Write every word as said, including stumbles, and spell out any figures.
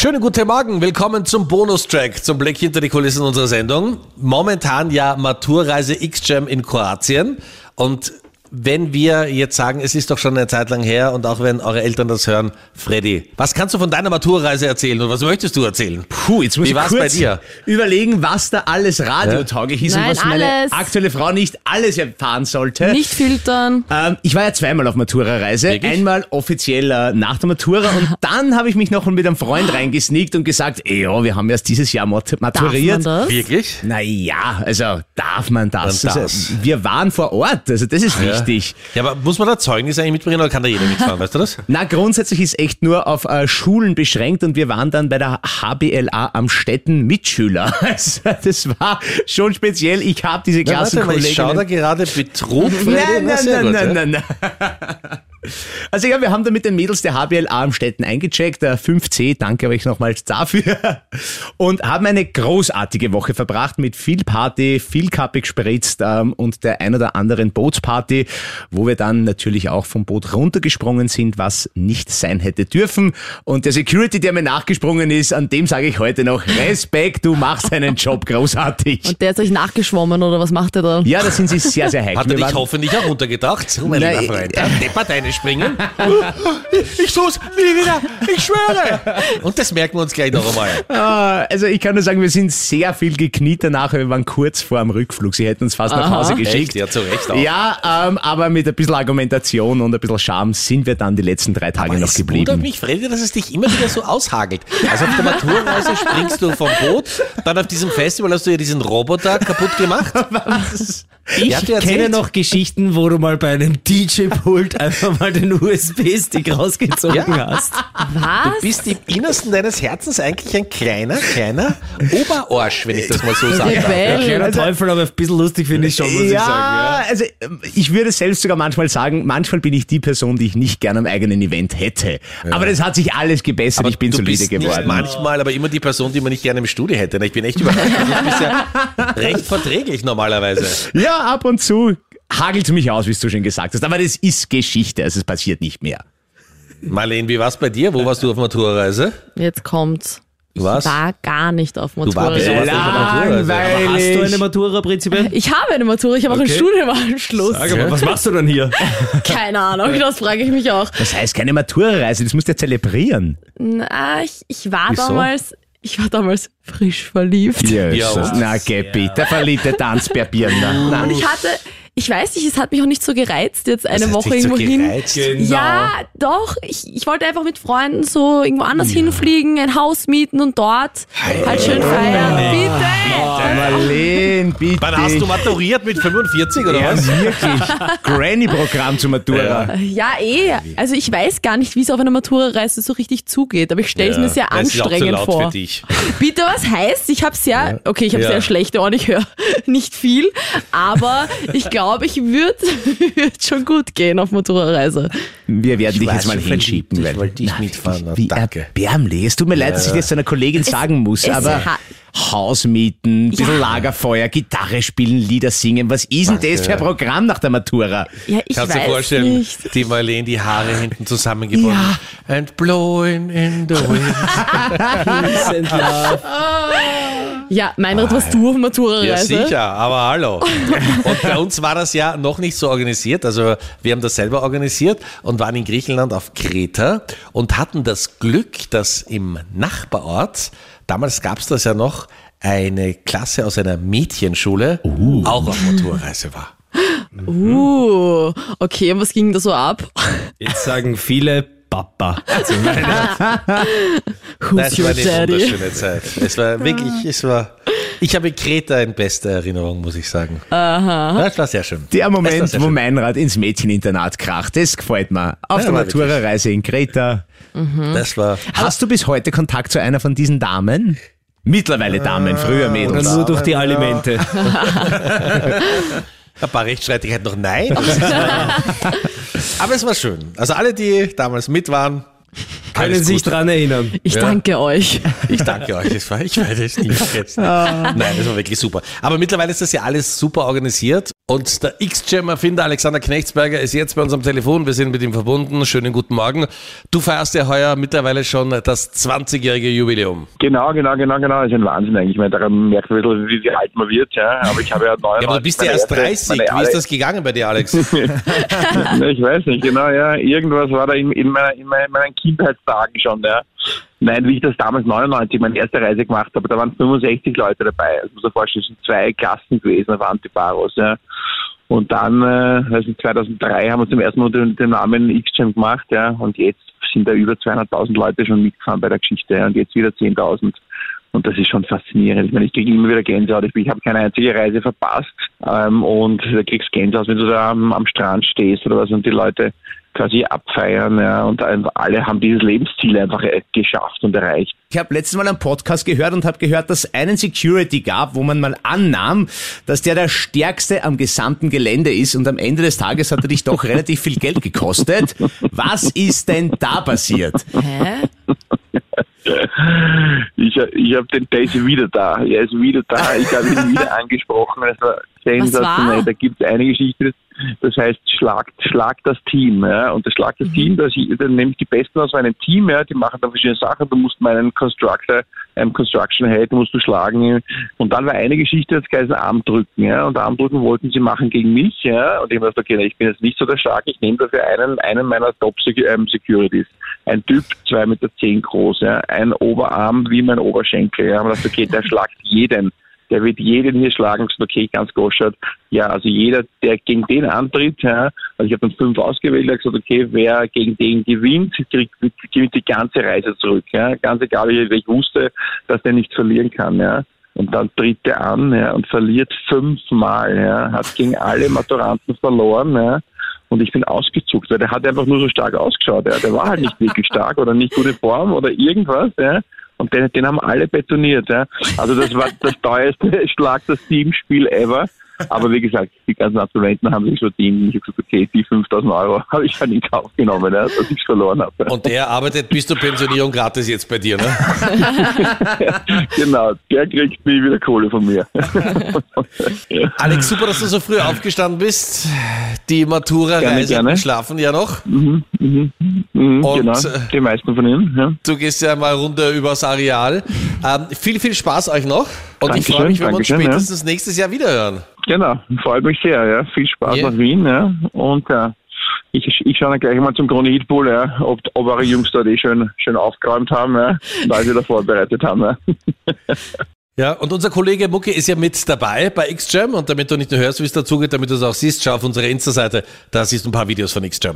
Schönen guten Morgen, willkommen zum Bonustrack, zum Blick hinter die Kulissen unserer Sendung. Momentan ja Maturreise X-Jam in Kroatien und wenn wir jetzt sagen, es ist doch schon eine Zeit lang her und auch wenn eure Eltern das hören, Freddy, was kannst du von deiner Maturreise erzählen und was möchtest du erzählen? Puh, jetzt muss Wie ich war's kurz bei dir? überlegen, was da alles radiotauglich ist Nein, und was meine alles. aktuelle Frau nicht alles erfahren sollte. Nicht filtern. Ähm, ich war ja zweimal auf Matura-Reise. Wirklich? Einmal offiziell äh, nach der Matura und dann habe ich mich noch mit einem Freund reingesneakt und gesagt, ey, ja, wir haben erst dieses Jahr mat- maturiert. Darf man das? Wirklich? Naja, also darf man das? Man Also, darf's. wir waren vor Ort, also das ist wichtig. Ja, aber muss man da Zeugnis eigentlich mitbringen oder kann da jeder mitfahren, weißt du das? Na, grundsätzlich ist echt nur auf äh, Schulen beschränkt und wir waren dann bei der H B L A am Städten Mitschüler. Also, das war schon speziell. Ich habe diese Ja, warte mal, ich schaue da Klassenkolleginnen... gerade Betrug, Freddy. Nein, Na, nein, sehr nein, gut, nein, ja. nein, nein. Also ja, wir haben da mit den Mädels der H B L A am Städten eingecheckt, der fünf C, danke euch nochmals dafür, und haben eine großartige Woche verbracht mit viel Party, viel Kappe gespritzt ähm, und der ein oder anderen Bootsparty, wo wir dann natürlich auch vom Boot runtergesprungen sind, was nicht sein hätte dürfen. Und der Security, der mir nachgesprungen ist, an dem sage ich heute noch Respekt, du machst deinen Job großartig. Und der ist euch nachgeschwommen oder was macht er da? Ja, da sind sie sehr, sehr heikel. Hat er Wir dich waren- hoffentlich auch runtergedacht? So, mein Nein, lieber Freund. äh, Deppert eine springen. Ich tu's nie wieder, ich schwöre. Und das merken wir uns gleich noch einmal. Ah, Also ich kann nur sagen, wir sind sehr viel gekniet danach, wir waren kurz vor dem Rückflug. Sie hätten uns fast nach Hause geschickt. Echt? Ja, zu Recht auch. Ja, ähm, aber mit ein bisschen Argumentation und ein bisschen Charme sind wir dann die letzten drei Tage Aber noch es geblieben. wundert mich, Freddy, dass es dich immer wieder so aushagelt. Also auf der Maturreise springst du vom Boot, dann auf diesem Festival hast du ja diesen Roboter kaputt gemacht. Ich Ja, hat dir kenne erzählt. noch Geschichten, wo du mal bei einem D J-Pult einfach mal den U S B-Stick rausgezogen Ja. hast. Was? Du bist im Innersten deines Herzens eigentlich ein kleiner, kleiner Oberarsch, wenn ich das mal so sagen darf. Rebell. Kleiner Also- Teufel, aber ein bisschen lustig finde ich schon, muss ja, ich sagen. Ja. also ähm, ich würde selbst sogar manchmal sagen, manchmal bin ich die Person, die ich nicht gerne am eigenen Event hätte. Aber das hat sich alles gebessert, ich bin du solide bist geworden. Nicht manchmal, aber immer die Person, die man nicht gerne im Studio hätte. Ich bin echt überrascht. Du bist ja recht verträglich normalerweise. Ja, ab und zu hagelt mich aus, wie du schon gesagt hast. Aber das ist Geschichte, also es passiert nicht mehr. Marlene, wie war's bei dir? Wo warst du auf Maturreise? Jetzt kommt's. Ich Was? war gar nicht auf Du war- wieso Matura. warst du auf der Maturreise? Aber hast du eine Matura prinzipiell? Ich habe eine Matura, ich habe auch Okay. ein Studienabschluss. Sag mal, was machst du dann hier? Keine Ahnung, das frage ich mich auch. Das heißt keine Matura-Reise, das musst du ja zelebrieren. Na, ich, ich war Wieso? damals, ich war damals frisch verliebt. Ja, Jesus. und? Na, geh bitte, verliebte Tanzbärbirne. Und ich hatte, ich weiß nicht, es hat mich auch nicht so gereizt, jetzt eine hat Woche dich so irgendwo hin. gereizt? Ja, doch. Ich, ich wollte einfach mit Freunden so irgendwo anders hinfliegen, ein Haus mieten und dort halt schön feiern. Bitte! Marlene, bitte. Wann hast du maturiert mit fünfundvierzig oder Ja, was? wirklich. Granny-Programm zur Matura. Ja, eh. Also ich weiß gar nicht, wie es auf einer Matura-Reise so richtig zugeht, aber ich stelle es mir sehr Das ist auch zu anstrengend laut vor. für dich. Bitte, was heißt? Ich habe sehr, okay, ich habe Ja. sehr schlechte Ohren, ich höre nicht viel, aber ich glaube, ich würde würd schon gut gehen auf Matura-Reise. Wir werden dich weiß jetzt mal schon, verliebt. hinschieben. Ich weil- wollte dich Na, mitfahren, na, Wie danke. erbärmlich. Es tut mir leid, dass ich das einer Kollegin sagen muss, es aber hat- Haus mieten, bisschen Ja. Lagerfeuer, Gitarre spielen, Lieder singen. Was ist denn das für ein Programm nach der Matura? Ja, ich Kannst du weiß dir vorstellen, nicht. die Marlene, die Haare hinten zusammengebunden. Ja. And blowing in the wind. Peace and love. Ja, Meinrad, warst du auf Ja, Matura-Reise? sicher, aber hallo. Und bei uns war das ja noch nicht so organisiert. Also wir haben das selber organisiert und waren in Griechenland auf Kreta und hatten das Glück, dass im Nachbarort, damals gab es das ja noch, eine Klasse aus einer Mädchenschule auch auf Maturreise war. Uh, okay, und was ging da so ab? Jetzt sagen viele Papa. Also Who's Das your war eine daddy? wunderschöne Zeit. Es war wirklich, es war, ich habe Kreta in bester Erinnerung, muss ich sagen. Aha. Das war sehr schön. Der Das war Moment, sehr wo schön. Meinrad ins Mädcheninternat kracht, das gefällt mir. Auf Ja, der war Matura-Reise in Kreta. Das war, Hast du bis heute Kontakt zu einer von diesen Damen? Mittlerweile Damen, früher Oder Mädels. nur durch die Alimente. ein paar Rechtsstreitigkeiten noch, nein. Aber es war, aber es war schön. Also alle, die damals mit waren, Können alles sich gut. dran erinnern. Ich danke euch. Ich danke euch, das war, ich werde es nie vergessen. Nein, das war wirklich super. Aber mittlerweile ist das ja alles super organisiert Und der X-Jam-Erfinder Alexander Knechtsberger ist jetzt bei uns am Telefon. Wir sind mit ihm verbunden. Schönen guten Morgen. Du feierst ja heuer mittlerweile schon das zwanzigjährige Jubiläum. Genau, genau, genau, genau. Das ist ein Wahnsinn eigentlich. Ich meine, da merkt man ein bisschen, wie, wie alt man wird. Ja. Aber ich habe ja neunundneunzig. Ja, aber du bist ja erst dreißig. Wie ist das gegangen bei dir, Alex? Ich weiß nicht, genau, ja. Irgendwas war da in, in, meiner, in meinen Kindheitstagen schon, ja. Nein, wie ich das damals neunundneunzig meine erste Reise gemacht habe, da waren fünfundsechzig Leute dabei. Also muss man vorstellen, es sind zwei Klassen gewesen auf Antiparos, ja. Und dann, äh, also zweitausenddrei haben wir zum ersten Mal den, den Namen X-Jam gemacht, ja. Und jetzt sind da über zweihunderttausend Leute schon mitgefahren bei der Geschichte, ja. Und jetzt wieder zehntausend. Und das ist schon faszinierend. Ich meine, ich kriege immer wieder Gänsehaut. Ich, ich habe keine einzige Reise verpasst. Ähm, und da kriegst du Gänsehaut, wenn du da am, am Strand stehst oder was und die Leute quasi abfeiern, ja, und alle haben dieses Lebensziel einfach geschafft und erreicht. Ich habe letztes Mal einen Podcast gehört und habe gehört, dass es einen Security gab, wo man mal annahm, dass der der stärkste am gesamten Gelände ist und am Ende des Tages hat er dich doch relativ viel Geld gekostet. Was ist denn da passiert? Hä? Ich, ich habe den, der ist wieder da. Er ist wieder da. Ich habe ihn wieder angesprochen. Das war sensationell. Da gibt es eine Geschichte, das heißt Schlag, Schlag das Team. Ja? Und das Schlag das mhm. Team, das, dann nehme ich die Besten aus meinem Team, ja? Die machen dann verschiedene Sachen. Du musst meinen Constructor, einem Construction Head, musst du schlagen. Und dann war eine Geschichte, das heißt Armdrücken. Ja? Und Armdrücken wollten sie machen gegen mich. Ja? Und ich habe gesagt, okay, ich bin jetzt nicht so der Stark. Ich nehme dafür einen, einen meiner Top-Securities. Ein Typ, zwei Meter zehn groß, ja, ein Oberarm wie mein Oberschenkel. Ja, und das okay, der schlagt jeden. Der wird jeden hier schlagen. Okay, ganz groß schaut. Ja, also jeder, der gegen den antritt, ja, also ich habe dann fünf ausgewählt, ich habe gesagt, okay, wer gegen den gewinnt, kriegt, gewinnt die ganze Reise zurück. Ja, ganz egal, wie ich wusste, dass der nicht verlieren kann. Ja. Und dann tritt er an, ja, und verliert fünfmal. Ja, hat gegen alle Maturanten verloren. Ja. Und ich bin ausgezuckt, weil der hat einfach nur so stark ausgeschaut. Ja. Der war halt nicht wirklich stark oder nicht gute Form oder irgendwas. Ja. Und den, den haben alle betoniert. Ja. Also das war das teuerste Schlag, das Teamspiel ever. Aber wie gesagt, die ganzen Absolventen haben sich verdient. Ich habe gesagt, okay, die fünftausend Euro habe ich dann in Kauf genommen, ja, dass ich verloren habe. Und der arbeitet bis zur Pensionierung gratis jetzt bei dir, ne? Genau, der kriegt nie wieder Kohle von mir. Alex, super, dass du so früh aufgestanden bist. Die Matura-Reise schlafen ja noch. Mhm, mhm, mhm, und genau, die meisten von ihnen. Ja. Du gehst ja mal runter übers Areal. Ähm, viel, viel Spaß euch noch. Und Dankeschön, ich freue mich, wenn wir uns spätestens ja. nächstes Jahr wieder hören. Genau, freut mich sehr. Ja. Viel Spaß yeah. nach Wien. Ja. Und ja, ich, ich schaue dann gleich mal zum Krone-Hitpool, ja, ob, ob eure Jungs dort eh schön, schön aufgeräumt haben, ja, weil sie da vorbereitet haben. Ja. Ja, und unser Kollege Mucki ist ja mit dabei bei X-Jam. Und damit du nicht nur hörst, wie es dazugeht, damit du es auch siehst, schau auf unsere Insta-Seite, da siehst du ein paar Videos von X-Jam.